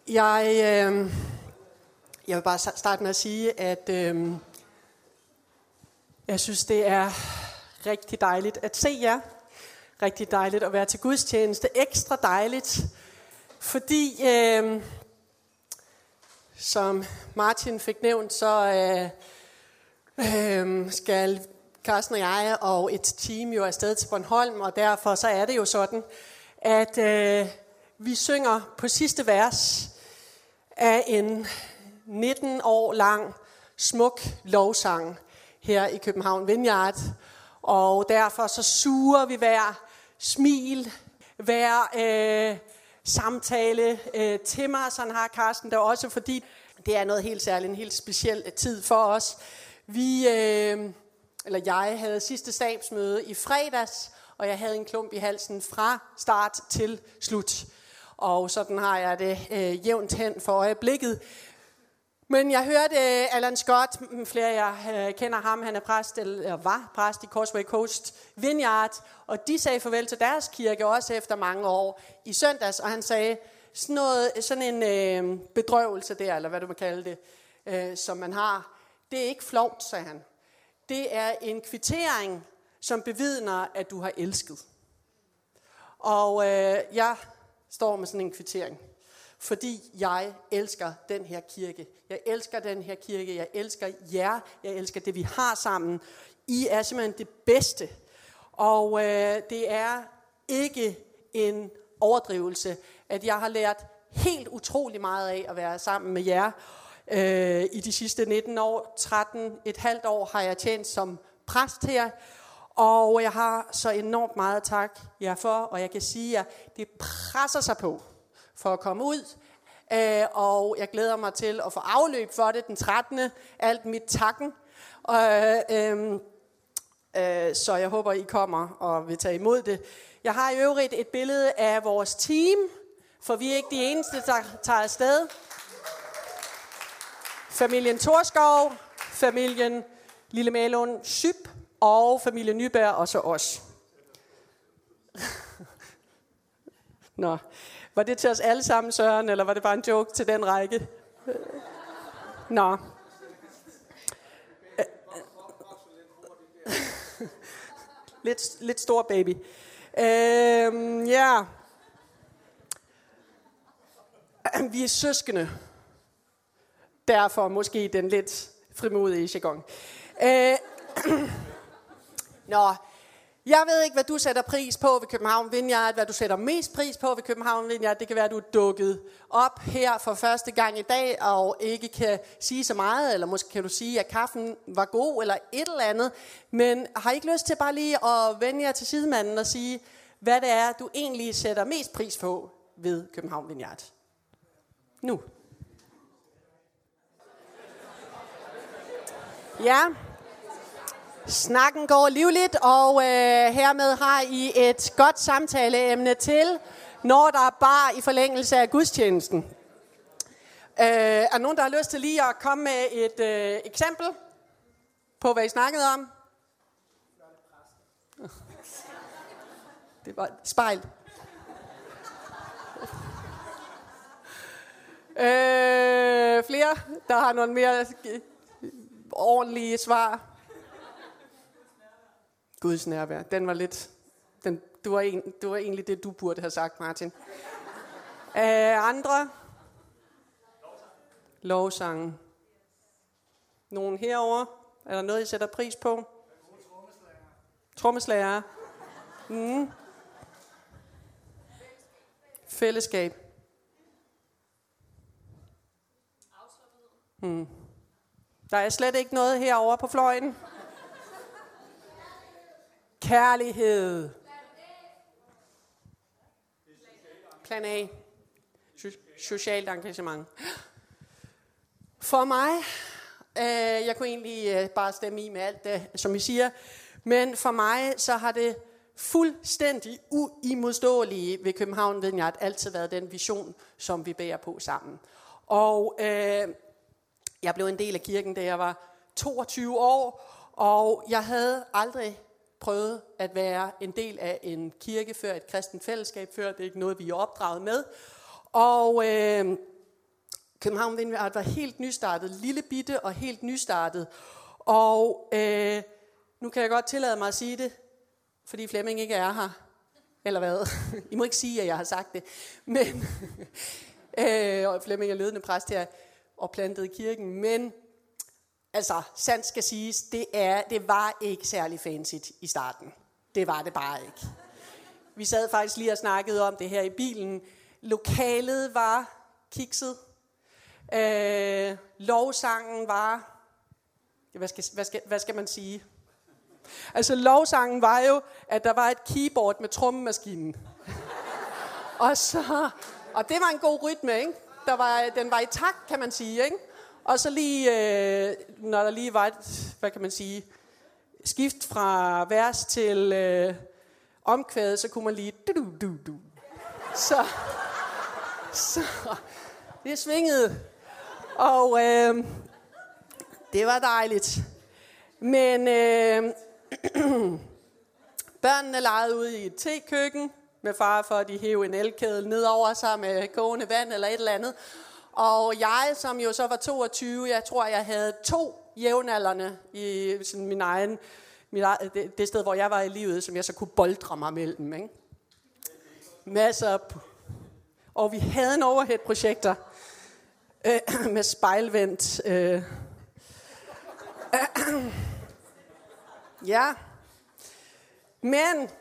Jeg vil bare starte med at sige, at jeg synes, det er rigtig dejligt at se jer. Rigtig dejligt at være til gudstjeneste. Ekstra dejligt, fordi som Martin fik nævnt, så skal Carsten og jeg og et team jo afsted til Bornholm, og derfor så er det jo sådan, at vi synger på sidste vers af en 19 år lang smuk lovsang her i København Vineyard. Og derfor så suger vi hver smil, hver samtale til mig. Sådan har Carsten der også, fordi det er noget helt særligt, en helt speciel tid for os. Jeg havde sidste stabsmøde i fredags, og jeg havde en klump i halsen fra start til slut. Og sådan har jeg det jævnt hen for øjeblikket. Men jeg hørte Alan Scott, flere af jer kender ham, han er præst, eller var præst i Causeway Coast Vineyard, og de sagde farvel til deres kirke også efter mange år i søndags, og han sagde sådan en bedrøvelse der, eller hvad du må kalde det, som man har, det er ikke flovt, sagde han. Det er en kvittering, som bevidner, at du har elsket. Og jeg står med sådan en kvittering. Fordi jeg elsker den her kirke. Jeg elsker den her kirke. Jeg elsker jer. Jeg elsker det, vi har sammen. I er simpelthen det bedste. Og det er ikke en overdrivelse, at jeg har lært helt utrolig meget af at være sammen med jer. I de sidste 19 år, 13,5 år har jeg tjent som præst her. Og jeg har så enormt meget tak jer for, og jeg kan sige jer, det presser sig på for at komme ud, og jeg glæder mig til at få afløb for det den 13. Alt mit takken. Så jeg håber, I kommer og vil tage imod det. Jeg har i øvrigt et billede af vores team, for vi er ikke de eneste, der tager afsted. Familien Torskov, familien Lille Malund Syb og familien Nyberg, og så os. Nå. Var det til os alle sammen, Søren, eller var det bare en joke til den række? Nå. Lidt stor baby. Ja. Vi er søskende. Derfor måske den lidt frimodige jargon. Nå. Jeg ved ikke, hvad du sætter pris på ved København Vineyard, hvad du sætter mest pris på ved København Vineyard. Det kan være, at du er dukket op her for første gang i dag, og ikke kan sige så meget, eller måske kan du sige, at kaffen var god, eller et eller andet. Men har I ikke lyst til bare lige at vende jer til sidemanden og sige, hvad det er, du egentlig sætter mest pris på ved København Vineyard? Nu. Ja. Snakken går livligt, og hermed har I et godt samtaleemne til, når der er bar i forlængelse af gudstjenesten. Er nogen, der har lyst til lige at komme med et eksempel på, hvad I snakkede om? Det var spejl. Flere, der har nogle mere ordentlige svar. Guds nærvær. Den var lidt... Det var egentlig det, du burde have sagt, Martin. Andre? Lovsangen. Nogen herover? Er der noget, I sætter pris på? Trommeslager. Fællesskab. Der er slet ikke noget herover på fløjen. Kærlighed. Plan A. Socialt engagement. For mig, jeg kunne egentlig bare stemme i med alt det, som I siger, men for mig, så har det fuldstændig uimodståelige ved København Vineyard altid været den vision, som vi bærer på sammen. Og jeg blev en del af kirken, da jeg var 22 år, og jeg havde aldrig prøvet at være en del af en kirke før, et kristent fællesskab før. Det er ikke noget, vi er opdraget med. Og København Vineyard var helt nystartet, lille bitte og helt nystartet. Og nu kan jeg godt tillade mig at sige det, fordi Flemming ikke er her. Eller hvad? I må ikke sige, at jeg har sagt det. Men og Flemming er ledende præst her og plantet i kirken. Men altså, sandt skal siges, det var ikke særlig fancy i starten. Det var det bare ikke. Vi sad faktisk lige og snakkede om det her i bilen. Lokalet var kikset. Lovsangen var... Hvad skal man sige? Altså lovsangen var jo, at der var et keyboard med trommemaskinen. og det var en god rytme, ikke? Den var i takt, kan man sige, ikke? Og så lige, når der lige var et, hvad kan man sige, skift fra vers til omkvædet, så kunne man lige du. Så det svingede. Og det var dejligt. Men børnene legede ude i et tekøkken med fare for, at de hævde en elkedel ned over sig med kogende vand eller et eller andet. Og jeg, som jo så var 22, jeg tror, jeg havde 2 jævnaldrende i sådan det sted, hvor jeg var i livet, som jeg så kunne boldre mig mellem. Ikke? Masser af... Og vi havde en overhead-projekter med spejlvendt... Ja, men,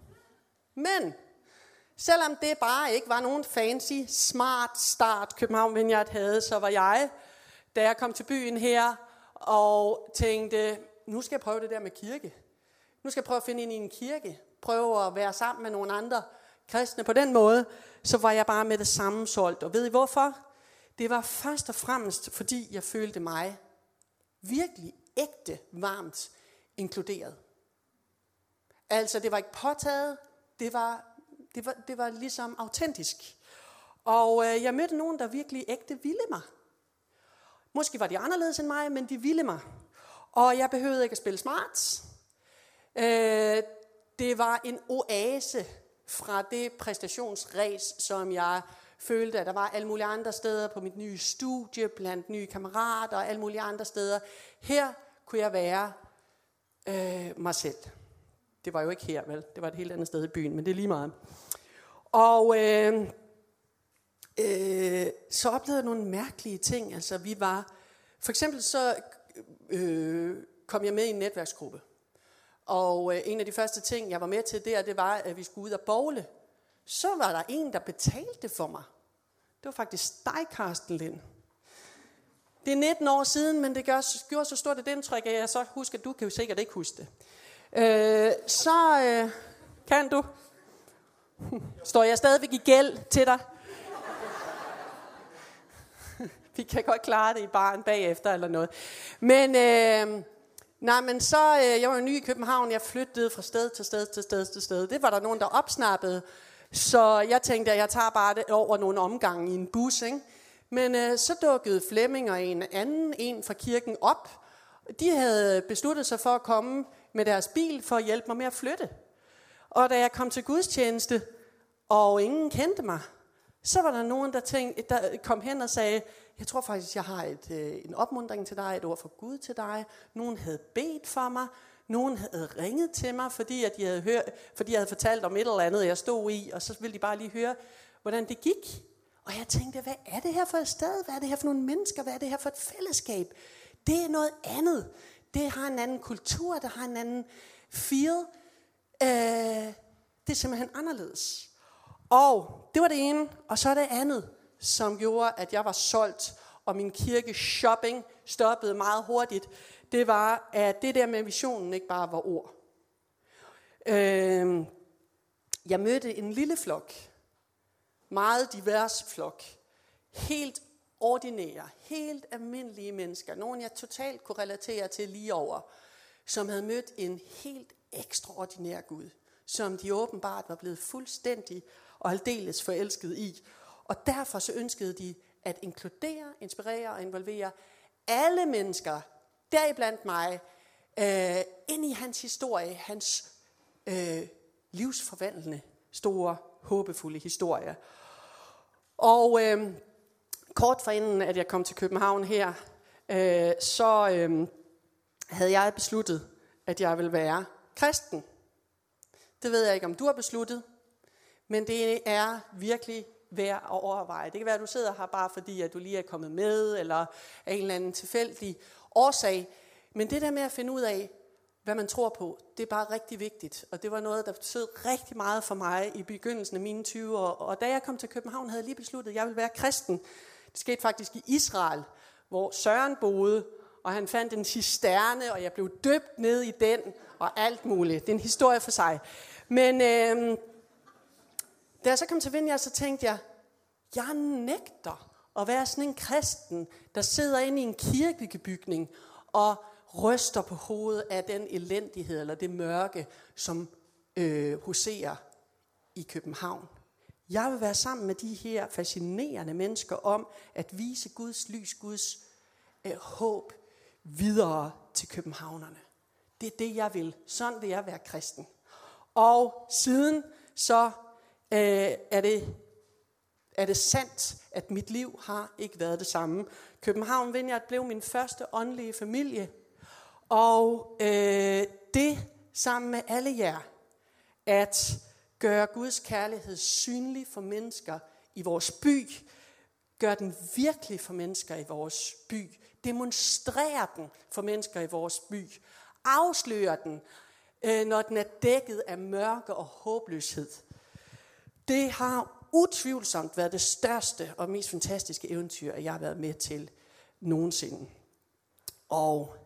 selvom det bare ikke var nogen fancy, smart start København Vineyard havde, så var jeg, da jeg kom til byen her, og tænkte, nu skal jeg prøve det der med kirke. Nu skal jeg prøve at finde ind i en kirke, prøve at være sammen med nogle andre kristne. På den måde, så var jeg bare med det samme solgt. Og ved I hvorfor? Det var først og fremmest, fordi jeg følte mig virkelig ægte, varmt inkluderet. Altså, det var ikke påtaget, det var ligesom autentisk. Og jeg mødte nogen, der virkelig ægte ville mig. Måske var de anderledes end mig, men de ville mig. Og jeg behøvede ikke at spille smart. Det var en oase fra det præstationsræs, som jeg følte, at der var alle mulige andre steder på mit nye studie, blandt nye kammerater og alle mulige andre steder. Her kunne jeg være mig selv. Det var jo ikke her, vel? Det var et helt andet sted i byen, men det er lige meget. Og så oplevede jeg nogle mærkelige ting. Altså vi var, for eksempel så kom jeg med i en netværksgruppe. Og en af de første ting, jeg var med til der, det var, at vi skulle ud og bowle. Så var der en, der betalte for mig. Det var faktisk dig, Karsten Lind. Det er 19 år siden, men det gjorde så stort et indtryk, at jeg så husker, at du kan jo sikkert ikke huske det. Kan du? Står jeg stadigvæk i gæld til dig? Vi kan godt klare det i baren bagefter eller noget. Men, jeg var jo ny i København. Jeg flyttede fra sted til sted. Det var der nogen, der opsnappede. Så jeg tænkte, at jeg tager bare det over nogle omgange i en bus, ikke? Men så dukkede Flemming og en fra kirken op. De havde besluttet sig for at komme med deres bil for at hjælpe mig med at flytte. Og da jeg kom til gudstjeneste, og ingen kendte mig, så var der nogen, der kom hen og sagde, jeg tror faktisk, jeg har en opmuntring til dig, et ord fra Gud til dig. Nogen havde bedt for mig. Nogen havde ringet til mig, fordi jeg havde fortalt om et eller andet, jeg stod i, og så ville de bare lige høre, hvordan det gik. Og jeg tænkte, hvad er det her for et sted? Hvad er det her for nogle mennesker? Hvad er det her for et fællesskab? Det er noget andet. Det har en anden kultur, der har en anden feel. Det er simpelthen anderledes. Og det var det ene, og så det andet, som gjorde, at jeg var solgt, og min kirkeshopping stoppede meget hurtigt. Det var, at det der med visionen ikke bare var ord. Jeg mødte en lille flok, meget divers flok, helt ordinære, helt almindelige mennesker, nogen jeg totalt kunne relatere til lige over, som havde mødt en helt ekstraordinær Gud, som de åbenbart var blevet fuldstændig og aldeles forelsket i. Og derfor så ønskede de at inkludere, inspirere og involvere alle mennesker, deriblandt mig, ind i hans historie, hans livsforvandlende, store, håbefulde historie. Og kort forinden, at jeg kom til København her, havde jeg besluttet, at jeg ville være kristen. Det ved jeg ikke, om du har besluttet, men det er virkelig værd at overveje. Det kan være, at du sidder her bare fordi, at du lige er kommet med, eller af en eller anden tilfældig årsag. Men det der med at finde ud af, hvad man tror på, det er bare rigtig vigtigt. Og det var noget, der betød rigtig meget for mig i begyndelsen af mine 20 år. Og da jeg kom til København, havde jeg lige besluttet, at jeg ville være kristen. Det skete faktisk i Israel, hvor Søren boede, og han fandt en cisterne, og jeg blev døbt ned i den, og alt muligt. Det er en historie for sig. Men da jeg så kom til Vineyard, så tænkte jeg nægter at være sådan en kristen, der sidder inde i en kirkebygning og ryster på hovedet af den elendighed eller det mørke, som huserer i København. Jeg vil være sammen med de her fascinerende mennesker om at vise Guds lys, Guds håb videre til københavnerne. Det er det, jeg vil. Sådan vil jeg være kristen. Og siden så er det sandt, at mit liv har ikke været det samme. København Vineyard blev min første åndelige familie. Og det sammen med alle jer, at gøre Guds kærlighed synlig for mennesker i vores by, gør den virkelig for mennesker i vores by, demonstrerer den for mennesker i vores by, afslører den, når den er dækket af mørke og håbløshed. Det har utvivlsomt været det største og mest fantastiske eventyr, jeg har været med til nogensinde. Og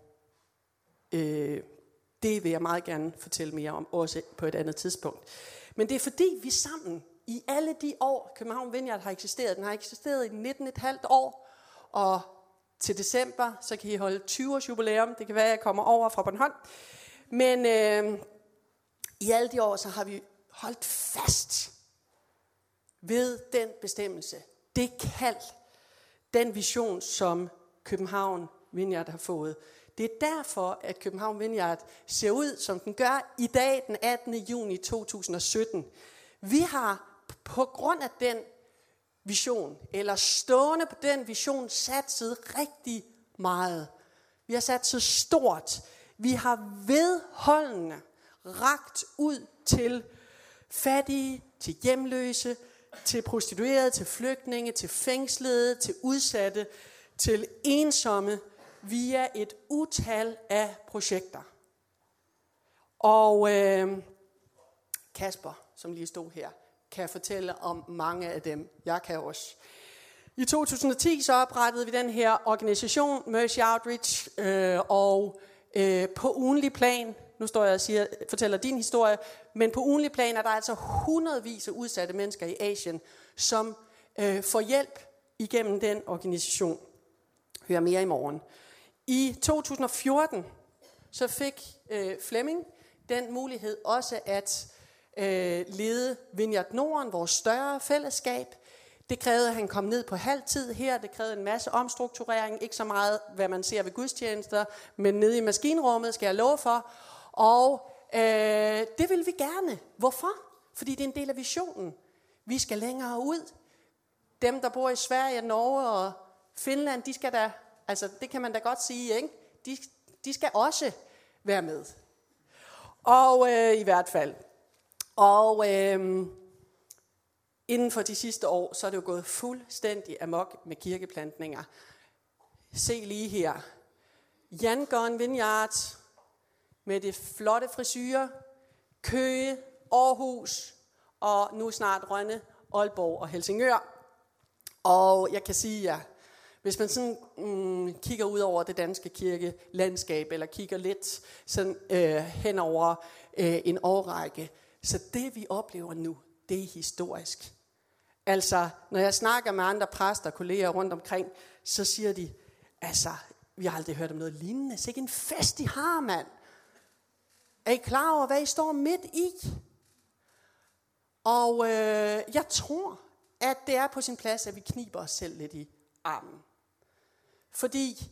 det vil jeg meget gerne fortælle mere om, også på et andet tidspunkt. Men det er fordi, vi sammen i alle de år, København Vineyard har eksisteret, den har eksisteret i 19,5 år, og til december, så kan I holde 20-års jubilæum. Det kan være, at jeg kommer over fra Bornholm. Men i alle de år, så har vi holdt fast ved den bestemmelse, det kald, den vision, som København Vineyard har fået. Det er derfor, at København Vineyard ser ud, som den gør i dag, den 18. juni 2017. Vi har på grund af den vision, eller stående på den vision, satset rigtig meget. Vi har satset stort. Vi har vedholdende rakt ud til fattige, til hjemløse, til prostituerede, til flygtninge, til fængslede, til udsatte, til ensomme, via et utal af projekter. Og Kasper, som lige stod her, kan fortælle om mange af dem. Jeg kan også. I 2010 så oprettede vi den her organisation, Mercy Outreach, og på ugenlig plan, nu står jeg og fortæller din historie, men på ugenlig plan er der altså hundredvis af udsatte mennesker i Asien, som får hjælp igennem den organisation. Hør mere i morgen. I 2014 så fik Flemming den mulighed også at lede Vineyard Norden, vores større fællesskab. Det krævede, at han kom ned på halv tid her. Det krævede en masse omstrukturering. Ikke så meget, hvad man ser ved gudstjenester, men nede i maskinrummet, skal jeg love for. Og det vil vi gerne. Hvorfor? Fordi det er en del af visionen. Vi skal længere ud. Dem, der bor i Sverige, Norge og Finland, de skal da, altså det kan man da godt sige, ikke? De skal også være med. Og i hvert fald. Og inden for de sidste år, så er det jo gået fuldstændig amok med kirkeplantninger. Se lige her. Yangon Vineyard med det flotte frisyrer, Køge, Aarhus og nu snart Rønne, Aalborg og Helsingør. Og jeg kan sige jer, hvis man sådan kigger ud over det danske kirkelandskab, eller kigger lidt sådan, hen over en årrække, så det vi oplever nu, det er historisk. Altså, når jeg snakker med andre præster og kolleger rundt omkring, så siger de, altså, vi har aldrig hørt om noget lignende. Så ikke en fest, I har, mand. Er I klar over, hvad I står midt i? Og jeg tror, at det er på sin plads, at vi kniber os selv lidt i armen. Fordi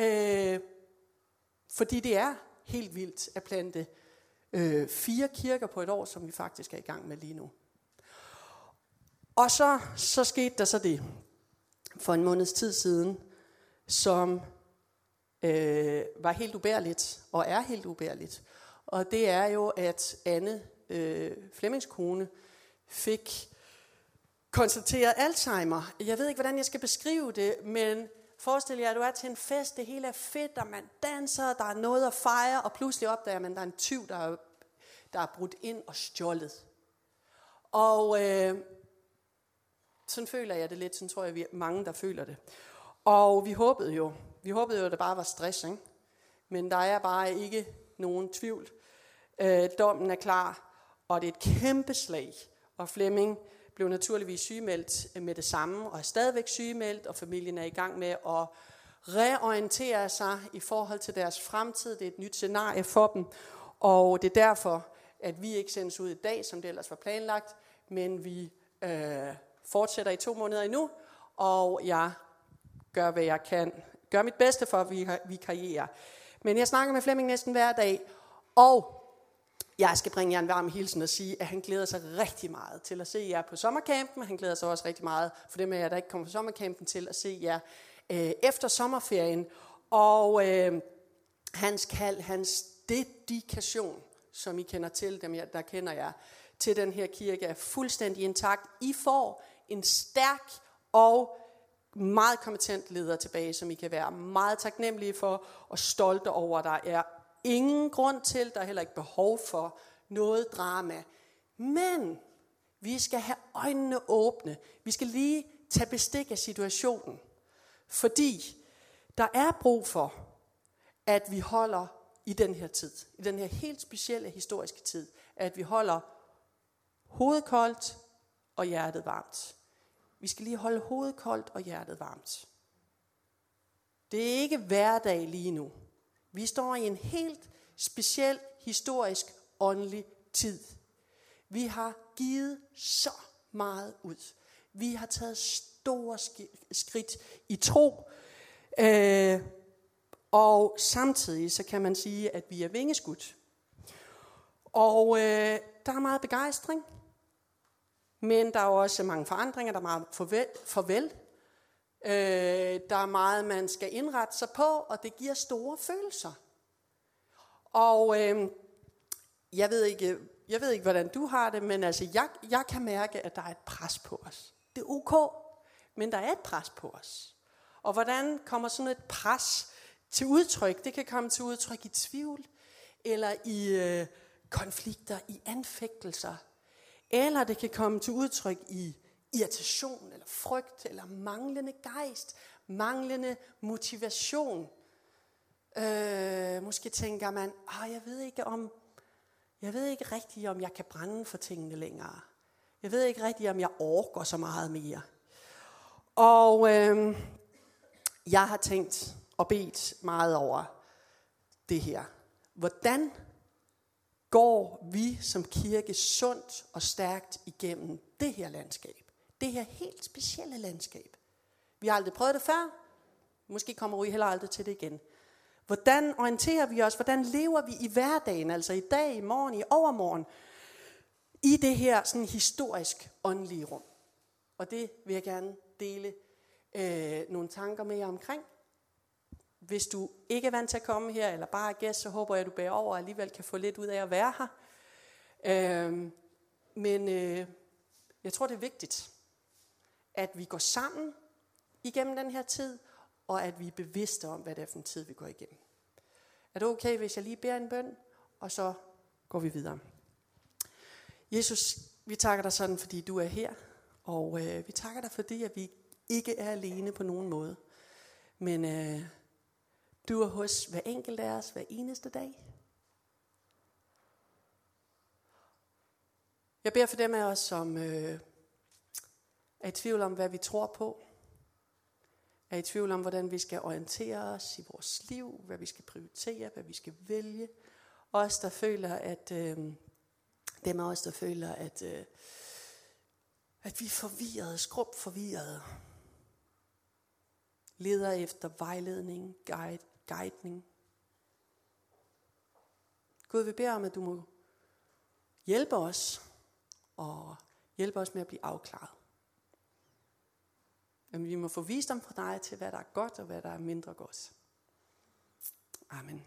det er helt vildt at plante 4 kirker på et år, som vi faktisk er i gang med lige nu. Og så skete der så det. for en måneds tid siden, som var helt ubærligt, og er helt ubærligt. Og det er jo, at Anne, Flemmings kone, fik konstateret Alzheimer. Jeg ved ikke, hvordan jeg skal beskrive det, men forestil jer, at du er til en fest, det hele er fedt, og man danser, der er noget at fejre, og pludselig opdager man, at der er en tyv, der er brudt ind og stjålet. Og sådan føler jeg det lidt, sådan tror jeg, vi er mange, der føler det. Og vi håbede jo, at det bare var stress, ikke? Men der er bare ikke nogen tvivl. Dommen er klar, og det er et kæmpe slag. Og Flemming blev naturligvis sygemeldt med det samme, og er stadigvæk sygemeldt, og familien er i gang med at reorientere sig i forhold til deres fremtid. Det er et nyt scenarie for dem, og det er derfor, at vi ikke sendes ud i dag, som det ellers var planlagt, men vi fortsætter i 2 måneder endnu, og jeg gør, hvad jeg kan. Gør mit bedste for at vikariere. Men jeg snakker med Flemming næsten hver dag, og jeg skal bringe jer en varm hilsen og sige, at han glæder sig rigtig meget til at se jer på sommercampen. Han glæder sig også rigtig meget for dem af jer, der ikke kommer på sommercampen, til at se jer efter sommerferien. Og hans kald, hans dedikation, som I kender til, dem der kender jer, til den her kirke er fuldstændig intakt. I får en stærk og meget kompetent leder tilbage, som I kan være meget taknemmelige for og stolte over. Der er ingen grund til, der er heller ikke behov for noget drama. Men vi skal have øjnene åbne. Vi skal lige tage bestik af situationen. Fordi der er brug for, at vi holder i den her tid, i den her helt specielle historiske tid, at vi holder hovedet koldt og hjertet varmt. Vi skal lige holde hovedet koldt og hjertet varmt. Det er ikke hverdag lige nu. Vi står i en helt speciel, historisk, åndelig tid. Vi har givet så meget ud. Vi har taget store skridt i tro. Og samtidig så kan man sige, at vi er vingeskudt. Og der er meget begejstring. Men der er også mange forandringer, der er meget farvel. Der er meget, man skal indrette sig på, og det giver store følelser. Og jeg ved ikke, hvordan du har det, men altså, jeg kan mærke, at der er et pres på os. Det er ok, men der er et pres på os. Og hvordan kommer sådan et pres til udtryk? Det kan komme til udtryk i tvivl, eller i konflikter, i anfægtelser. Eller det kan komme til udtryk i irritation, eller frygt, eller manglende gejst, manglende motivation. Måske tænker man, jeg ved ikke rigtigt, om jeg kan brænde for tingene længere. Jeg ved ikke rigtigt, om jeg orker så meget mere. Og jeg har tænkt og bedt meget over det her. Hvordan går vi som kirke sundt og stærkt igennem det her landskab? Det her helt specielle landskab. Vi har aldrig prøvet det før. Måske kommer vi heller aldrig til det igen. Hvordan orienterer vi os? Hvordan lever vi i hverdagen? Altså i dag, i morgen, i overmorgen. I det her sådan historisk åndelige rum. Og det vil jeg gerne dele nogle tanker med jer omkring. Hvis du ikke er vant til at komme her, eller bare er gæst, så håber jeg, at du bærer over og alligevel kan få lidt ud af at være her. Men jeg tror, det er vigtigt, at vi går sammen igennem den her tid, og at vi er bevidste om, hvad det er for en tid, vi går igennem. Er det okay, hvis jeg lige beder en bøn, og så går vi videre? Jesus, vi takker dig sådan, fordi du er her, og vi takker dig, fordi at vi ikke er alene på nogen måde. Men du er hos hver enkelt af os, hver eneste dag. Jeg beder for dem af os, som er i tvivl om, hvad vi tror på. Er i tvivl om, hvordan vi skal orientere os i vores liv, hvad vi skal prioritere, hvad vi skal vælge. Os, der føler, at dem af os, der føler, at vi er forvirrede, skrubforvirrede. Leder efter vejledning, guidning. Gud, vi beder om, at du må hjælpe os, og hjælpe os med at blive afklaret. Men vi må få visdom fra dig til, hvad der er godt og hvad der er mindre godt. Amen.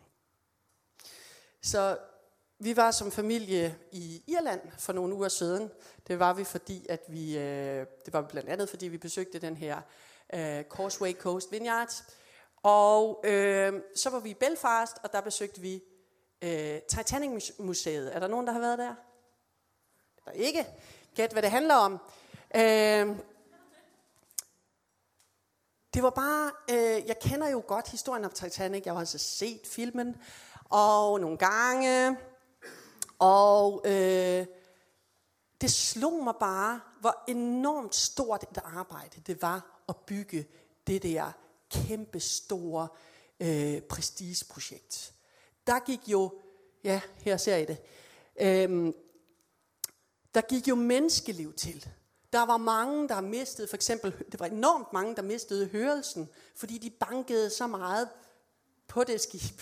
Så vi var som familie i Irland for nogle uger siden. Det var vi, fordi at det var blandt andet, fordi vi besøgte den her Causeway Coast Vineyard. Og så var vi i Belfast, og der besøgte vi Titanic-museet. Er der nogen, der har været der? Der ikke. Gæt, hvad det handler om. Det var bare, jeg kender jo godt historien om Titanic. Jeg har altså set filmen og nogle gange. Og det slog mig bare, hvor enormt stort et arbejde det var at bygge det der kæmpe store prestigeprojekt. Der gik jo, ja, her ser I det, der gik jo menneskeliv til. Der var mange, der mistede, for eksempel, det var enormt mange, der mistede hørelsen, fordi de bankede så meget på det skib.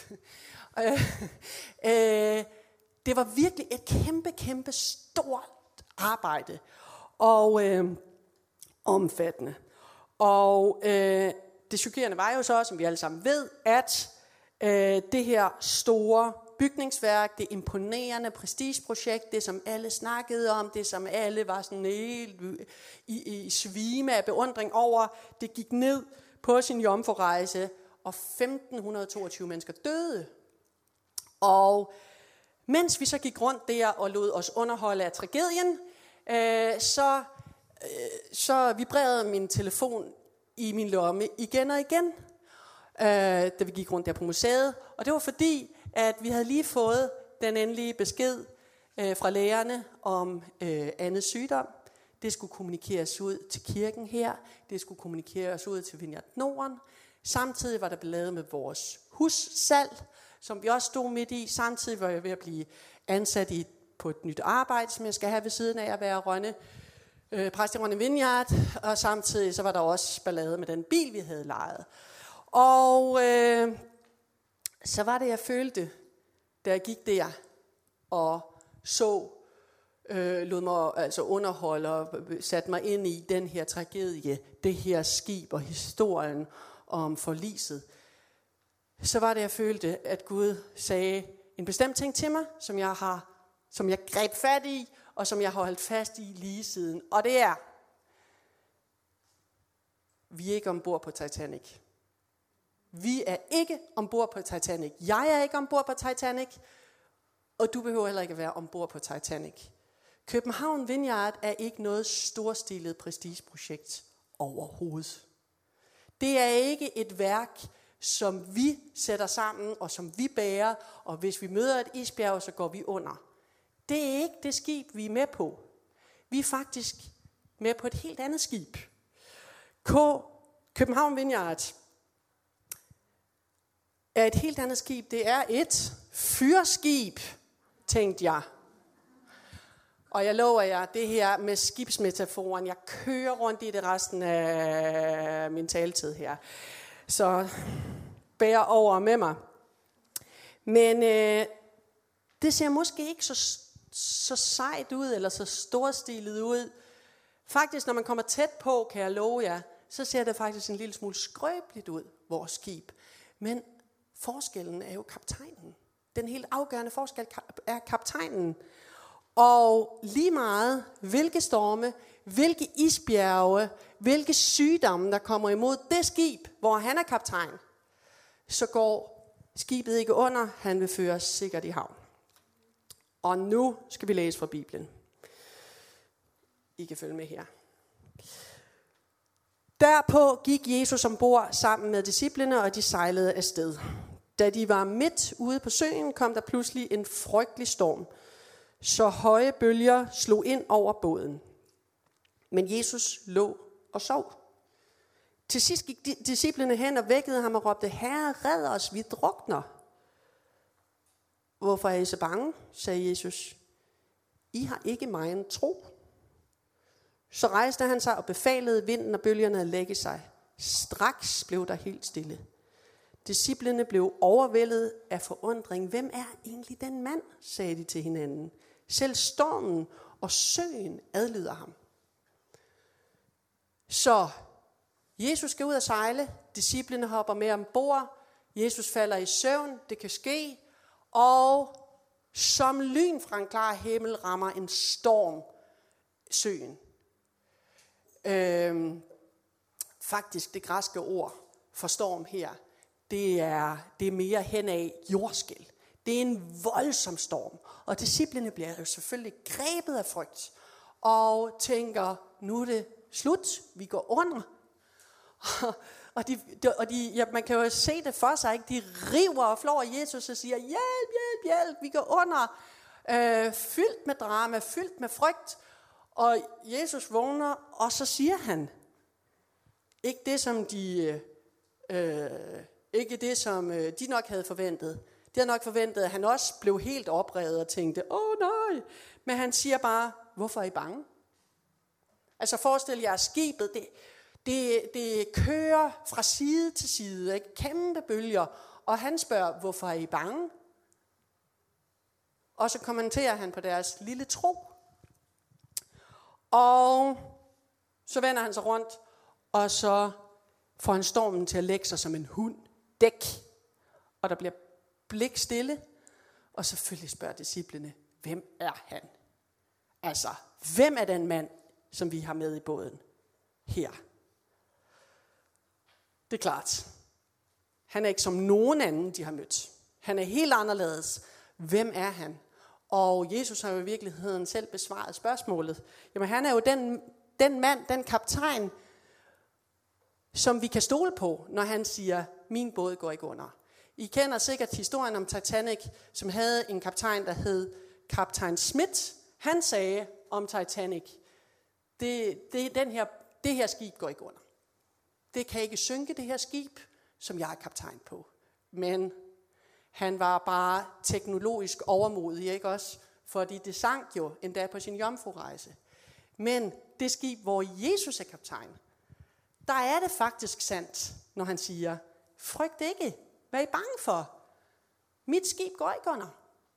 Det var virkelig et kæmpe stort arbejde, og omfattende. Og det chokerende var jo så, som vi alle sammen ved, at det her store bygningsværk, det imponerende prestigeprojekt, det som alle snakkede om, det som alle var sådan helt i svime af beundring over, det gik ned på sin jomfrurejse, og 1522 mennesker døde. Og mens vi så gik rundt der og lod os underholde af tragedien, så vibrerede min telefon i min lomme igen og igen, da vi gik rundt der på museet. Og det var fordi, at vi havde lige fået den endelige besked fra lægerne om andet sygdom. Det skulle kommunikeres ud til kirken her. Det skulle kommunikeres ud til Vineyard Norden. Samtidig var der blevet lavet med vores hussalg, som vi også stod midt i. Samtidig var jeg ved at blive ansat på et nyt arbejde, som jeg skal have ved siden af at være præst i Rønne Vineyard. Og samtidig så var der også ballade med den bil, vi havde lejet. Og så var det, jeg følte, da jeg gik der og lod mig altså underholde og satte mig ind i den her tragedie, det her skib og historien om forliset. Så var det, jeg følte, at Gud sagde en bestemt ting til mig, som jeg greb fat i, og som jeg har holdt fast i lige siden. Og det er, vi er ikke ombord på Titanic. Vi er ikke ombord på Titanic. Jeg er ikke ombord på Titanic, og du behøver heller ikke at være ombord på Titanic. København Vineyard er ikke noget storstilet prestigeprojekt overhovedet. Det er ikke et værk, som vi sætter sammen, og som vi bærer, og hvis vi møder et isbjerg, så går vi under. Det er ikke det skib, vi er med på. Vi er faktisk med på et helt andet skib. København Vineyard er et helt andet skib. Det er et fyrskib, tænkte jeg. Og jeg lover jer, det her med skibsmetaforen, jeg kører rundt i det resten af min taletid her. Så bær over med mig. Men det ser måske ikke så sejt ud, eller så storstilet ud. Faktisk, når man kommer tæt på, kan jeg love jer, så ser det faktisk en lille smule skrøbeligt ud, vores skib. Men forskellen er jo kaptajnen. Den helt afgørende forskel er kaptajnen. Og lige meget, hvilke storme, hvilke isbjerge, hvilke sygdomme, der kommer imod det skib, hvor han er kaptajn, så går skibet ikke under, han vil føre os sikkert i havn. Og nu skal vi læse fra Bibelen. I kan følge med her. Derpå gik Jesus ombord sammen med disciplene, og de sejlede afsted. Da de var midt ude på søen, kom der pludselig en frygtelig storm, så høje bølger slog ind over båden. Men Jesus lå og sov. Til sidst gik disciplene hen og vækkede ham og råbte, Herre, red os, vi drukner. Hvorfor er I så bange, sagde Jesus. I har ikke megen tro. Så rejste han sig og befalede vinden og bølgerne at lægge sig. Straks blev der helt stille. Disciplene blev overvældet af forundring. Hvem er egentlig den mand, sagde de til hinanden. Selv stormen og søen adlyder ham. Så Jesus skal ud at sejle, disciplene hopper med ombord, Jesus falder i søvn, det kan ske, og som lyn fra en klar himmel rammer en storm søen. Faktisk det græske ord for storm her, det er mere hen af jordskælv. Det er en voldsom storm, og disciplene bliver jo selvfølgelig grebet af frygt, og tænker, nu er det slut, vi går under. Man kan jo se det for sig, ikke? De river og flår Jesus og siger, hjælp, vi går under. Fyldt med drama, fyldt med frygt. Og Jesus vågner, og så siger han, ikke det, som de nok havde forventet. De havde nok forventet, at han også blev helt oprevet og tænkte, nej. Men han siger bare, hvorfor er I bange? Altså forestil jer skibet, det kører fra side til side, ikke? Kæmpe bølger, og han spørger, hvorfor er I bange? Og så kommenterer han på deres lille tro. Og så vender han sig rundt, og så får han stormen til at lægge sig som en hund. Dæk. Og der bliver blik stille, og selvfølgelig spørger disciplene, hvem er han? Altså, hvem er den mand, som vi har med i båden her? Det er klart. Han er ikke som nogen anden, de har mødt. Han er helt anderledes. Hvem er han? Og Jesus har jo i virkeligheden selv besvaret spørgsmålet. Jamen han er jo den mand, den kaptajn, som vi kan stole på, når han siger, min båd går ikke under. I kender sikkert historien om Titanic, som havde en kaptajn, der hed kaptajn Smith. Han sagde om Titanic, det her skib går ikke under. Det kan ikke synke, det her skib, som jeg er kaptajn på. Men han var bare teknologisk overmodig, ikke også? Fordi det sank jo endda på sin jomfrurejse. Men det skib, hvor Jesus er kaptajn, der er det faktisk sandt, når han siger, frygt ikke, hvad er I bange for? Mit skib går ikke under.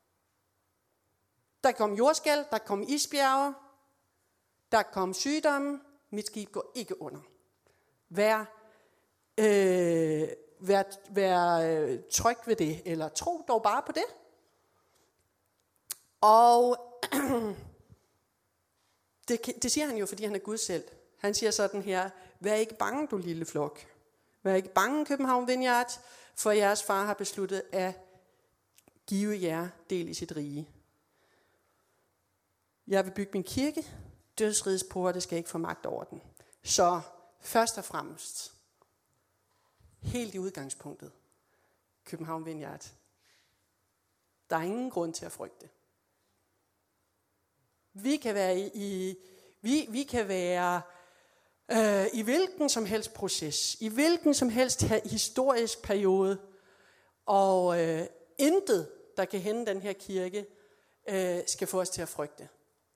Der kom jordskælv, der kom isbjerge, der kom sygdomme, mit skib går ikke under. Vær tryg ved det, eller tro dog bare på det. Og det siger han jo, fordi han er Gud selv. Han siger sådan her, vær ikke bange, du lille flok. Vær ikke bange, København Vineyard, for jeres far har besluttet at give jer del i sit rige. Jeg vil bygge min kirke, dødsrigets porte skal ikke få magt over den. Så først og fremmest, helt i udgangspunktet, København Vineyard, der er ingen grund til at frygte. Vi kan være i hvilken som helst proces, i hvilken som helst historisk periode, og intet, der kan hænde den her kirke, skal få os til at frygte.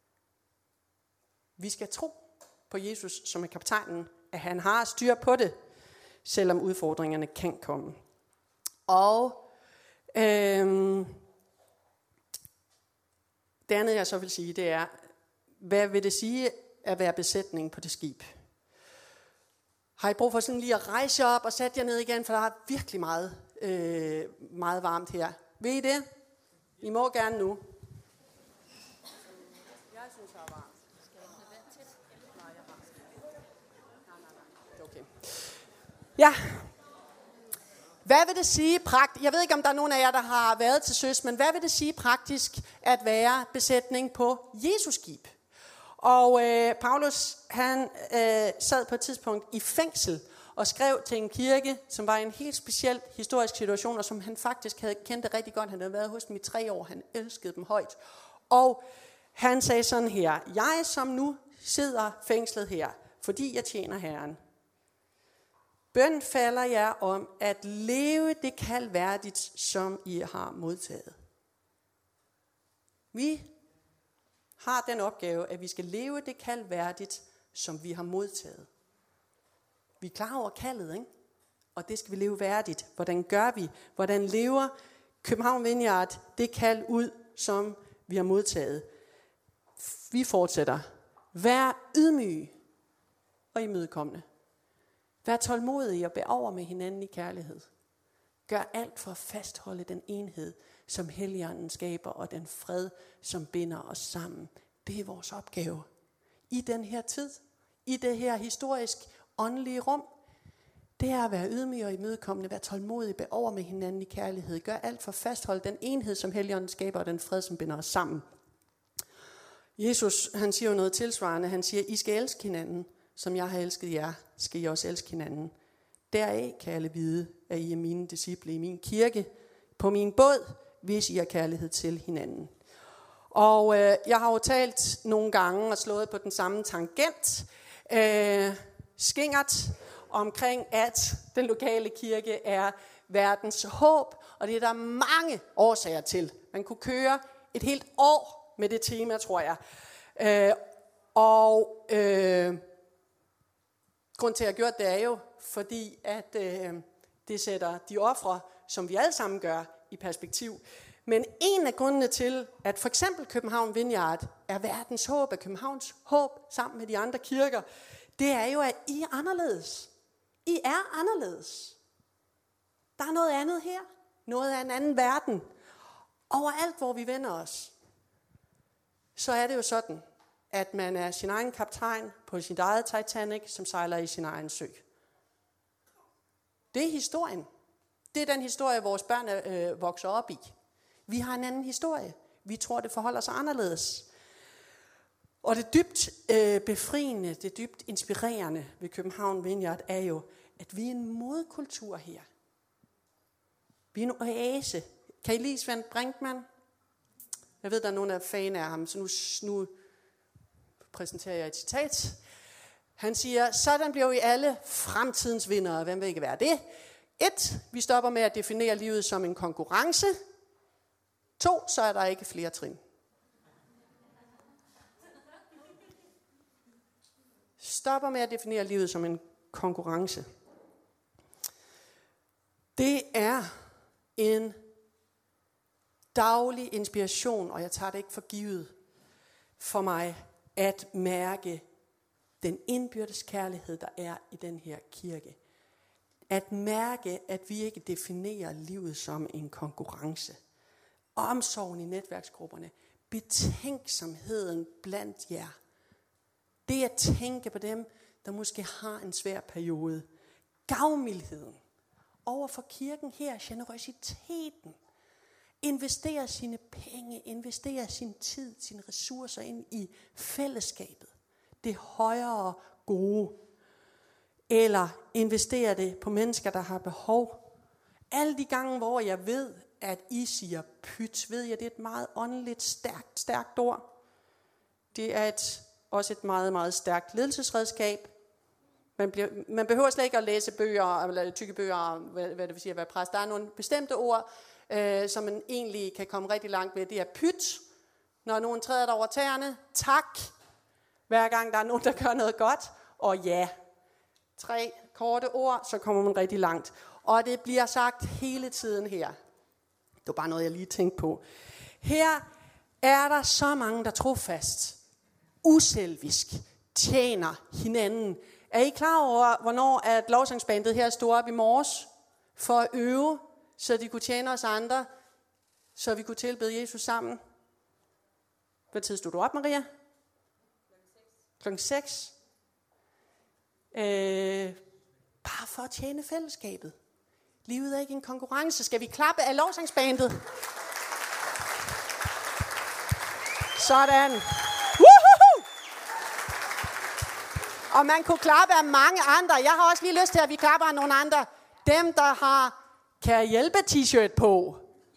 Vi skal tro på Jesus, som er kaptajnen, at han har styr på det, selvom udfordringerne kan komme. Og det andet, jeg så vil sige, det er, hvad vil det sige at være besætning på det skib? Har I brug for sådan lige at rejse op og sætte jer ned igen, for der er virkelig meget varmt her. Ved I det? I må gerne nu. Jeg synes, det er varmt. Okay. Ja. Hvad vil det sige praktisk? Jeg ved ikke, om der er nogen af jer, der har været til søs, men hvad vil det sige praktisk at være besætning på Jesus skib? Og Paulus, han sad på et tidspunkt i fængsel og skrev til en kirke, som var i en helt speciel historisk situation, og som han faktisk havde kendt rigtig godt. Han havde været hos dem i 3 år, han elskede dem højt. Og han sagde sådan her, jeg som nu sidder fængslet her, fordi jeg tjener Herren, bøn falder jer om at leve det kaldværdigt, som I har modtaget. Vi har den opgave, at vi skal leve det kaldværdigt, som vi har modtaget. Vi er klar over kaldet, ikke? Og det skal vi leve værdigt. Hvordan gør vi? Hvordan lever København Vineyard det kald ud, som vi har modtaget? Vi fortsætter. Vær ydmyg og imødekommende. Vær tålmodige og bær over med hinanden i kærlighed. Gør alt for at fastholde den enhed, som Helligånden skaber, og den fred, som binder os sammen. Det er vores opgave i den her tid, i det her historisk åndelige rum. Det er at være ydmyg og imødekommende, være tålmodig, bær over med hinanden i kærlighed. Gør alt for at fastholde den enhed, som Helligånden skaber, og den fred, som binder os sammen. Jesus, han siger jo noget tilsvarende. Han siger, I skal elske hinanden, som jeg har elsket jer, skal I også elske hinanden. Deraf kan alle vide, at I er mine disciple i min kirke, på min båd, hvis I har kærlighed til hinanden. Og jeg har jo talt nogle gange og slået på den samme tangent, skingert, omkring at den lokale kirke er verdens håb, og det er der mange årsager til. Man kunne køre et helt år med det tema, tror jeg. Grunden til at jeg har gjort det er jo, fordi at det sætter de ofre, som vi alle sammen gør, i perspektiv. Men en af grundene til, at for eksempel København Vineyard er verdens håb, er Københavns håb sammen med de andre kirker, det er jo, at I er anderledes. I er anderledes. Der er noget andet her. Noget af en anden verden. Overalt, hvor vi vender os, så er det jo sådan, at man er sin egen kaptajn på sit eget Titanic, som sejler i sin egen sø. Det er historien. Det er den historie, vores børn vokser op i. Vi har en anden historie. Vi tror, det forholder sig anderledes. Og det dybt befriende, det dybt inspirerende ved København Vineyard er jo, at vi er en modkultur her. Vi er en oase. Kan I lide Svend Brinkmann? Jeg ved, der er nogen, der er fan af ham, så nu præsenterer jeg et citat. Han siger, sådan bliver vi alle fremtidens vindere. Hvem vil ikke være det? 1. Vi stopper med at definere livet som en konkurrence. 2. Så er der ikke flere trin. Stopper med at definere livet som en konkurrence. Det er en daglig inspiration, og jeg tager det ikke for givet for mig, at mærke den indbyrdes kærlighed, der er i den her kirke. At mærke, at vi ikke definerer livet som en konkurrence. Omsorgen i netværksgrupperne. Betænksomheden blandt jer. Det at tænke på dem, der måske har en svær periode. Gavmildheden over for kirken her. Generøsiteten. Investere sine penge, investere sin tid, sine ressourcer ind i fællesskabet. Det højere gode. Eller investere det på mennesker, der har behov. Alle de gange, hvor jeg ved, at I siger pyt, ved jeg, det er et meget åndeligt, stærkt ord. Det er også et meget, meget stærkt ledelsesredskab. Man behøver slet ikke at læse bøger, eller tykke bøger, hvad det vil sige at være præst. Der er nogle bestemte ord, som man egentlig kan komme rigtig langt med. Det er pyt, når nogen træder dig over tæerne. Tak, hver gang der er nogen, der gør noget godt. Og ja, 3 korte ord, så kommer man rigtig langt. Og det bliver sagt hele tiden her. Det var bare noget, jeg lige tænkte på. Her er der så mange, der trofast, uselvisk, tjener hinanden. Er I klar over, hvornår at lovsangsbandet her stod op i morges for at øve, så de kunne tjene os andre, så vi kunne tilbede Jesus sammen? Hvad tid stod du op, Maria? Klokken 6. Bare for at tjene fællesskabet. Livet er ikke en konkurrence. Skal vi klappe af lovsangsbandet? Sådan. Woohoo! Og man kunne klappe af mange andre. Jeg har også lige lyst til, at vi klapper af nogle andre. Dem, der har kan jeg hjælpe t-shirt på.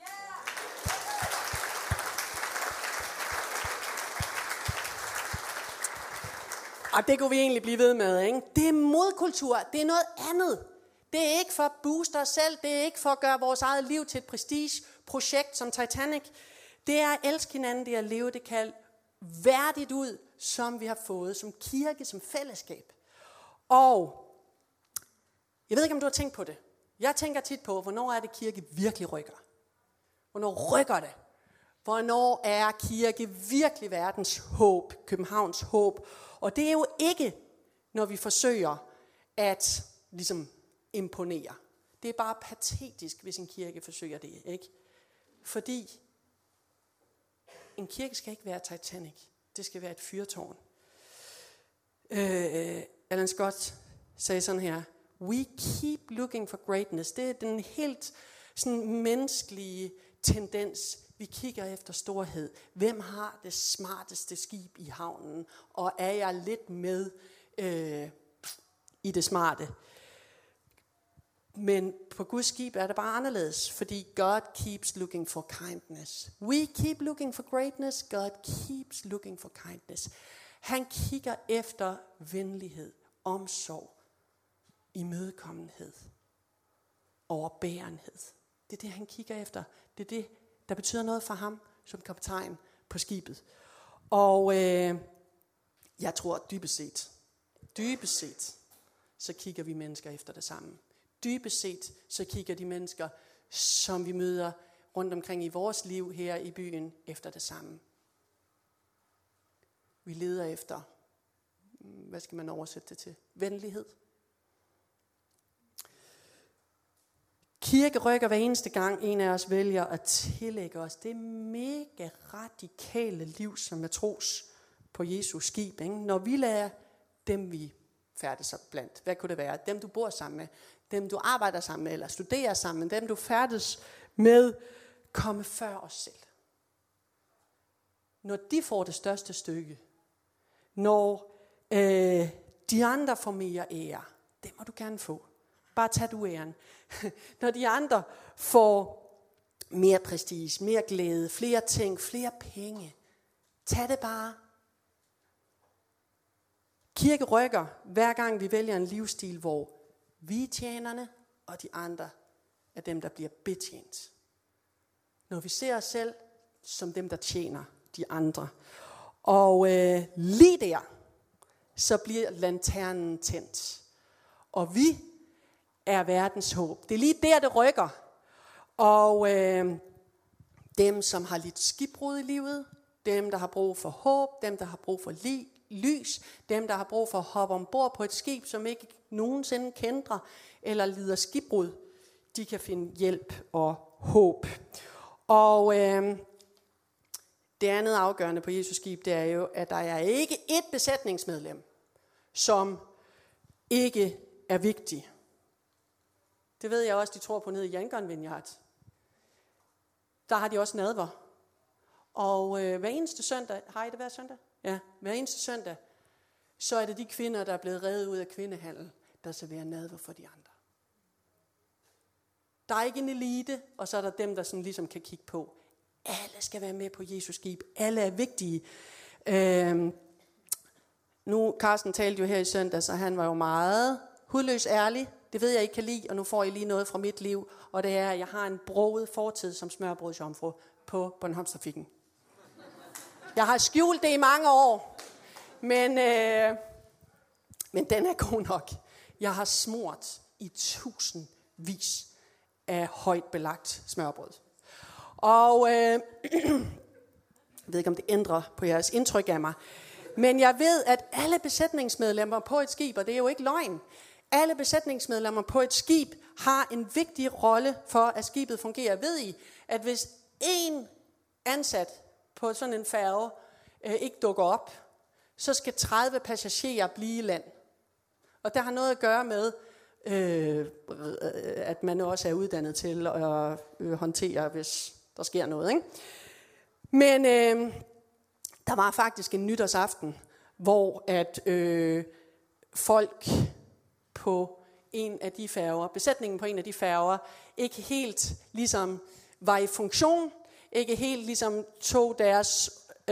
Og det kunne vi egentlig blive ved med, ikke? Det er modkultur. Det er noget andet. Det er ikke for at booste os selv. Det er ikke for at gøre vores eget liv til et prestigeprojekt som Titanic. Det er at elske hinanden. Det er at leve det kald værdigt ud, som vi har fået som kirke, som fællesskab. Og jeg ved ikke, om du har tænkt på det. Jeg tænker tit på, hvornår er det kirke virkelig rykker? Hvornår rykker det? Hvornår er kirke virkelig verdens håb, Københavns håb? Og det er jo ikke, når vi forsøger at ligesom imponere. Det er bare patetisk, hvis en kirke forsøger det, ikke? Fordi en kirke skal ikke være Titanic. Det skal være et fyrtårn. Alan Scott sagde sådan her: We keep looking for greatness. Det er den helt sådan menneskelige tendens. Vi kigger efter storhed. Hvem har det smarteste skib i havnen? Og er jeg lidt med i det smarte? Men på Guds skib er det bare anderledes, fordi God keeps looking for kindness. We keep looking for greatness. God keeps looking for kindness. Han kigger efter venlighed, omsorg, imødekommenhed, overbærenhed. Det er det, han kigger efter. Det er det, der betyder noget for ham som kaptajn på skibet. Og jeg tror dybest set, så kigger vi mennesker efter det samme. Dybest set, så kigger de mennesker, som vi møder rundt omkring i vores liv her i byen, efter det samme. Vi leder efter, hvad skal man oversætte det til? Venlighed. Kirke rykker hver eneste gang en af os vælger at tillægge os det mega radikale liv, som er tros på Jesus skib. Ikke? Når vi lader dem, vi færdes blandt, hvad kunne det være? Dem, du bor sammen med, dem, du arbejder sammen med, eller studerer sammen med, dem, du færdes med, komme før os selv. Når de får det største stykke, når de andre får mere ære, det må du gerne få. Bare tag du æren. Når de andre får mere prestige, mere glæde, flere ting, flere penge, tag det bare. Kirke rykker, hver gang vi vælger en livsstil, hvor vi er tjenerne, og de andre er dem, der bliver betjent. Når vi ser os selv som dem, der tjener de andre. Og lige der, så bliver lanternen tændt. Og vi er verdens håb. Det er lige der, det rykker. Og dem, som har lidt skibbrud i livet, dem, der har brug for håb, dem, der har brug for lys, dem, der har brug for at hoppe ombord på et skib, som ikke nogensinde kæntrer eller lider skibbrud, de kan finde hjælp og håb. Og det andet afgørende på Jesus skib, det er jo, at der er ikke ét besætningsmedlem, som ikke er vigtig. Det ved jeg også, de tror på nede i Yangon Vineyard. Der har de også nadver. Og hver eneste søndag, har I det hver søndag? Ja, hver eneste søndag, så er det de kvinder, der er blevet revet ud af kvindehandel, der serverer nadver for de andre. Der er ikke en elite, og så er der dem, der sådan ligesom kan kigge på. Alle skal være med på Jesus skib. Alle er vigtige. Nu, Carsten talte jo her i søndag, så han var jo meget hudløs ærlig. Det ved jeg ikke kan lide, og nu får I lige noget fra mit liv. Og det er, at jeg har en broget fortid som smørbrødsjomfru på Bornholmstrafikken. Jeg har skjult det i mange år, men den er god nok. Jeg har smurt i tusindvis af højt belagt smørbrød. Og jeg ved ikke, om det ændrer på jeres indtryk af mig. Men jeg ved, at alle besætningsmedlemmer på et skib, og det er jo ikke løgn, alle besætningsmedlemmer på et skib har en vigtig rolle for, at skibet fungerer. Ved I, at hvis en ansat på sådan en færge ikke dukker op, så skal 30 passagerer blive i land. Og det har noget at gøre med, at man også er uddannet til at håndtere, hvis der sker noget. Ikke? Men der var faktisk en nytårsaften, hvor at folk på en af de færger, besætningen på en af de færger, ikke helt ligesom var i funktion, ikke helt ligesom tog deres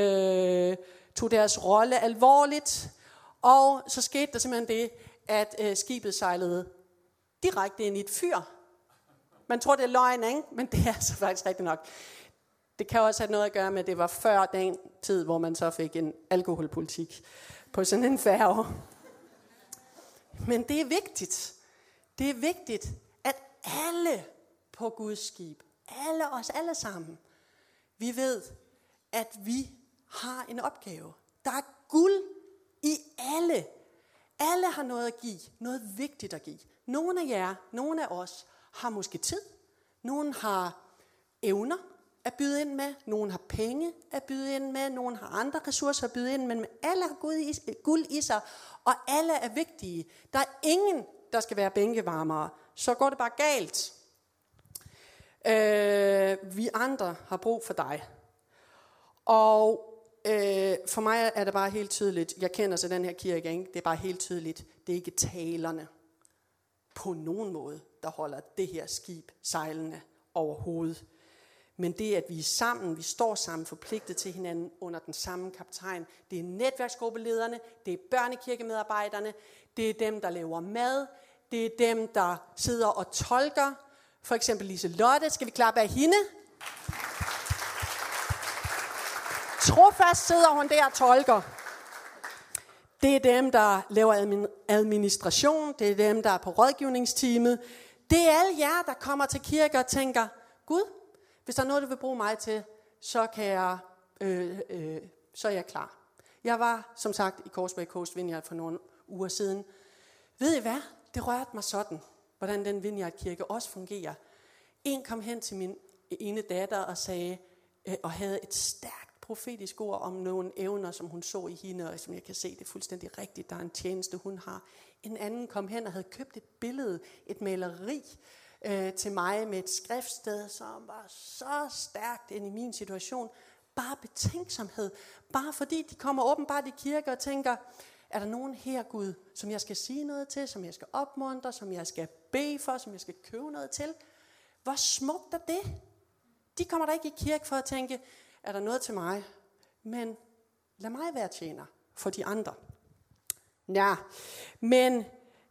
rolle alvorligt, og så skete der simpelthen det, at skibet sejlede direkte ind i et fyr. Man tror, det er løgn, ikke? Men det er altså faktisk rigtigt nok. Det kan også have noget at gøre med, at det var før den tid, hvor man så fik en alkoholpolitik på sådan en færge. Men det er vigtigt. Det er vigtigt, at alle på Guds skib, alle sammen, vi ved, at vi har en opgave. Der er guld i alle. Alle har noget at give, noget vigtigt at give, Nogle af jer, nogle af os, har måske tid. Nogle har evner at byde ind med. Nogle har penge at byde ind med. Nogle har andre ressourcer at byde ind med. Men alle har guld i sig, og alle er vigtige. Der er ingen, der skal være bænkevarmere. Så går det bare galt. Vi andre har brug for dig. Og for mig er det bare helt tydeligt. Jeg kender så den her kirke, ikke? Det er bare helt tydeligt. Det er ikke talerne på nogen måde, der holder det her skib sejlende overhovedet. Men det, at vi er sammen, vi står sammen, forpligtet til hinanden under den samme kaptajn. Det er netværksgruppelederne, det er børnekirkemedarbejderne, det er dem, der laver mad, det er dem, der sidder og tolker. For eksempel Liselotte, skal vi klappe af hende? Trofast sidder hun der og tolker. Det er dem, der laver administration, det er dem, der er på rådgivningsteamet. Det er alle jer, der kommer til kirke og tænker, Gud, hvis der er noget, du vil bruge mig til, så er jeg klar. Jeg var, som sagt, i Korsberg Coast Vineyard for nogle uger siden. Ved I hvad? Det rørte mig sådan, hvordan den Vineyard-kirke også fungerer. En kom hen til min ene datter og sagde, og havde et stærkt profetisk ord om nogle evner, som hun så i hende, og som jeg kan se, det er fuldstændig rigtigt. Der er en tjeneste, hun har. En anden kom hen og havde købt et billede, et maleri, til mig med et skriftsted, som var så stærkt ind i min situation. Bare betænksomhed. Bare fordi de kommer åbenbart i kirke og tænker, er der nogen her, Gud, som jeg skal sige noget til, som jeg skal opmuntre, som jeg skal bede for, som jeg skal købe noget til? Hvor smukt er det? De kommer der ikke i kirke for at tænke, er der noget til mig? Men lad mig være tjener for de andre. Ja, men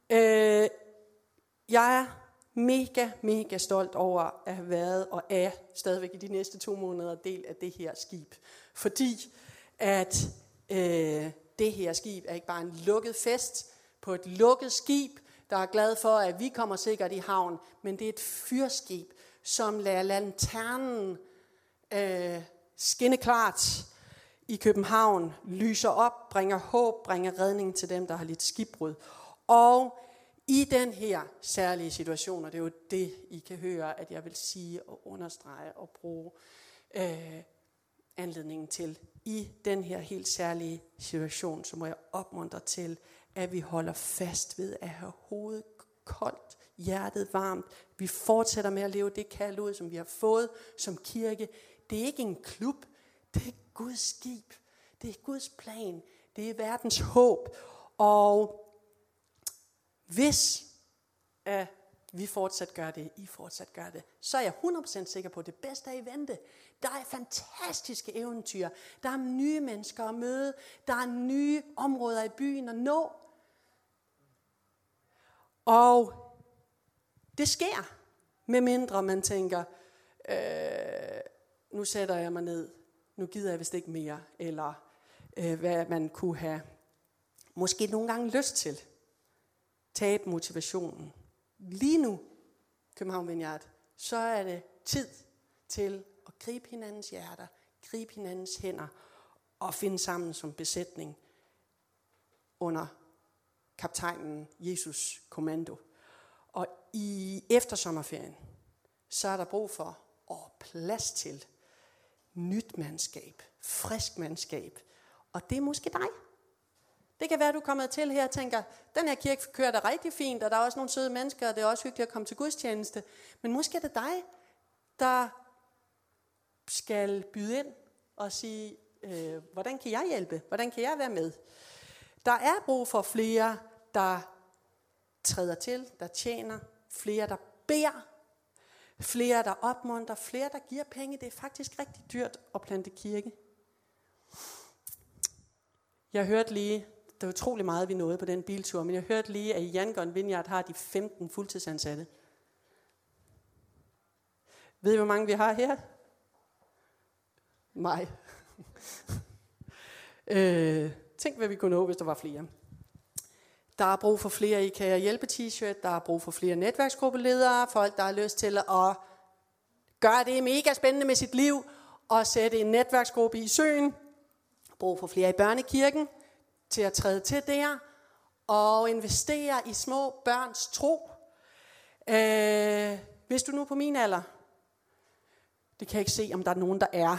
jeg er mega stolt over at have været og er stadigvæk i de næste 2 måneder del af det her skib. Fordi at det her skib er ikke bare en lukket fest på et lukket skib, der er glad for, at vi kommer sikkert i havn, men det er et fyrskib, som lader lanternen skinne klart i København, lyser op, bringer håb, bringer redning til dem, der har lidt skibbrud. Og i den her særlige situation, og det er jo det, I kan høre, at jeg vil sige og understrege og bruge anledningen til. I den her helt særlige situation, så må jeg opmuntre til, at vi holder fast ved at have hovedet koldt, hjertet varmt. Vi fortsætter med at leve det kald ud, som vi har fået som kirke. Det er ikke en klub, det er Guds skib. Det er Guds plan. Det er verdens håb. Og hvis vi fortsat gør det, I fortsat gør det, så er jeg 100% sikker på, at det bedste er i vente. Der er fantastiske eventyr. Der er nye mennesker at møde. Der er nye områder i byen at nå. Og det sker, medmindre man tænker, nu sætter jeg mig ned, nu gider jeg vist ikke mere, eller hvad man kunne have måske nogle gange lyst til. Tabe motivationen. Lige nu, København Vineyard, så er det tid til at gribe hinandens hjerter, gribe hinandens hænder og finde sammen som besætning under kaptajnen Jesus kommando. Og i eftersommerferien, så er der brug for og plads til nyt mandskab, frisk mandskab. Og det er måske dig. Det kan være, at du er kommet til her og tænker, den her kirke kører da rigtig fint, og der er også nogle søde mennesker, og det er også hyggeligt at komme til gudstjeneste. Men måske er det dig, der skal byde ind og sige, hvordan kan jeg hjælpe? Hvordan kan jeg være med? Der er brug for flere, der træder til, der tjener, flere, der beder, flere, der opmuntrer, flere, der giver penge. Det er faktisk rigtig dyrt at plante kirke. Jeg hørte lige, det var utrolig meget, vi nåede på den biltur, men jeg hørte lige, at i Yangon Vineyard har de 15 fuldtidsansatte. Ved I, hvor mange vi har her? Mig. Tænk, hvad vi kunne nå, hvis der var flere. Der er brug for flere I kan hjælpe t-shirt, der er brug for flere netværksgruppeledere, folk, der har lyst til at gøre det mega spændende med sit liv, og sætte en netværksgruppe i søen. Brug for flere i børnekirken til at træde til der, og investere i små børns tro, Hvis du nu er på min alder, det kan jeg ikke se, om der er nogen, der er.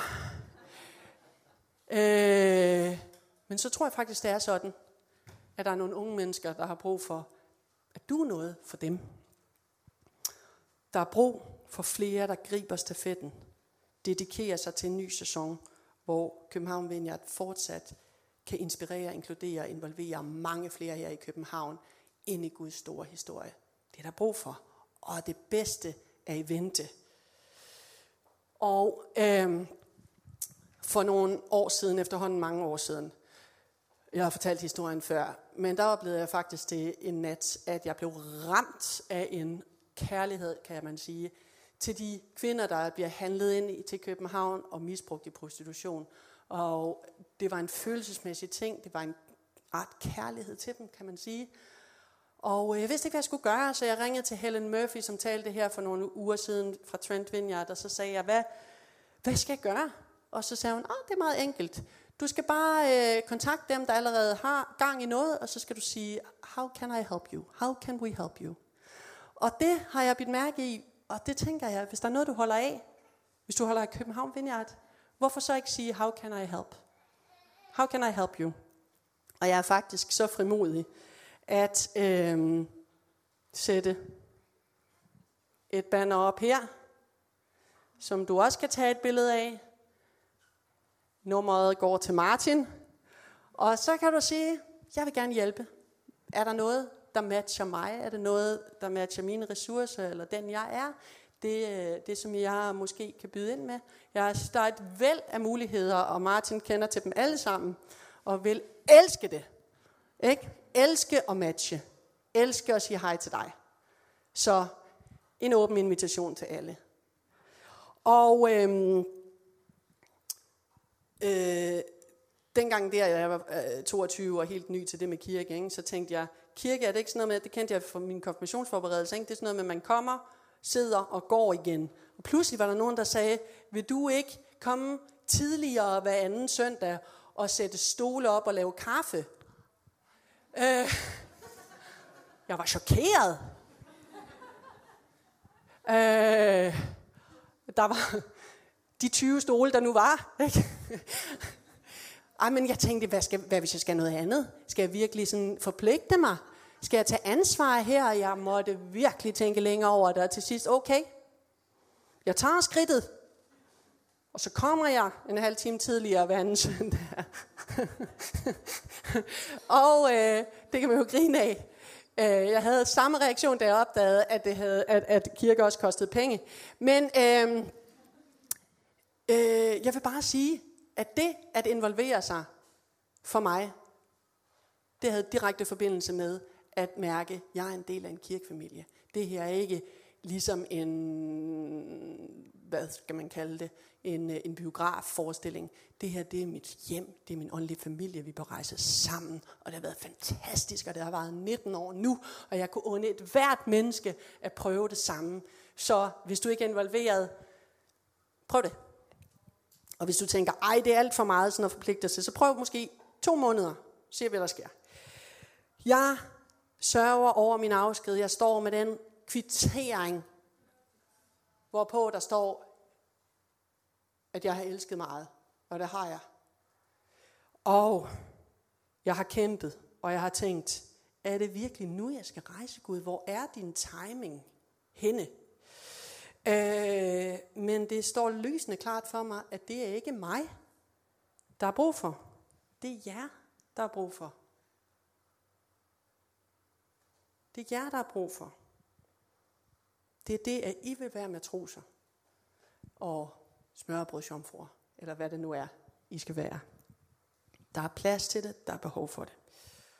Men så tror jeg faktisk, det er sådan, at der er nogle unge mennesker, der har brug for, at du er noget for dem. Der er brug for flere, der griber stafetten, dedikerer sig til en ny sæson, hvor København Vineyard fortsat kan inspirere, inkludere og involvere mange flere her i København ind i Guds store historie. Det er der brug for, og det bedste er i vente. Og for nogle år siden, efterhånden mange år siden, jeg har fortalt historien før, men der oplevede jeg faktisk det en nat, at jeg blev ramt af en kærlighed, kan man sige, til de kvinder, der bliver handlet ind til København og misbrugt i prostitution. Og det var en følelsesmæssig ting, det var en art kærlighed til dem, kan man sige. Og jeg vidste ikke, hvad jeg skulle gøre, så jeg ringede til Helen Murphy, som talte her for nogle uger siden fra Trent Vineyard, og så sagde jeg, hvad skal jeg gøre? Og så sagde hun, det er meget enkelt. Du skal bare kontakte dem, der allerede har gang i noget, og så skal du sige, how can I help you? How can we help you? Og det har jeg bidt mærke i, og det tænker jeg, hvis der er noget, du holder af, hvis du holder af København Vineyard, hvorfor så ikke sige, how can I help? How can I help you? Og jeg er faktisk så frimodig, at sætte et banner op her, som du også kan tage et billede af. Nummeret går til Martin. Og så kan du sige, jeg vil gerne hjælpe. Er der noget, der matcher mig? Er det noget, der matcher mine ressourcer, eller den jeg er? Det som jeg måske kan byde ind med. Jeg synes, der er et væld af muligheder, og Martin kender til dem alle sammen, og vil elske det. Ikke? Elske at matche. Elske at sige hej til dig. Så en åben invitation til alle. Og dengang der, jeg var 22 og helt ny til det med kirke, ikke, så tænkte jeg, kirke er det ikke sådan noget med, det kendte jeg fra min konfirmationsforberedelse, ikke? Det er sådan noget med, at man kommer, sidder og går igen. Og pludselig var der nogen, der sagde, vil du ikke komme tidligere hver anden søndag og sætte stole op og lave kaffe? Jeg var chokeret. Der var de 20 stole, der nu var. Ikke? Men jeg tænkte, hvad hvis jeg skal noget andet? Skal jeg virkelig sådan forpligte mig? Skal jeg tage ansvar her? Jeg måtte virkelig tænke længere over det. Og til sidst, okay, jeg tager skridtet. Og så kommer jeg en halv time tidligere hver anden søndag. Og det kan man jo grine af. Jeg havde samme reaktion, da jeg opdagede, at kirke også kostede penge. Men jeg vil bare sige, at det at involvere sig for mig, det havde direkte forbindelse med at mærke, at jeg er en del af en kirkefamilie. Det her er ikke ligesom en, hvad skal man kalde det, en biografforestilling. Det her, det er mit hjem, det er min åndelige familie, vi bør rejse sammen, og det har været fantastisk, og det har været 19 år nu, og jeg kunne unde et hvert menneske at prøve det samme. Så hvis du ikke er involveret, prøv det. Og hvis du tænker, det er alt for meget sådan at forpligte sig, så prøv måske 2 måneder, se hvad der sker. Jeg sørger over min afsked, jeg står med den kvittering, hvorpå der står, at jeg har elsket meget, og det har jeg. Og jeg har kæmpet, og jeg har tænkt, er det virkelig nu, jeg skal rejse, Gud? Hvor er din timing henne? Men det står lysende klart for mig, at det er ikke mig, der er brug for. Det er jer, der er brug for. Det er jer, der er brug for. Det er det, at I vil være matroser og smørrebrødsjomfruer, eller hvad det nu er, I skal være. Der er plads til det, der er behov for det.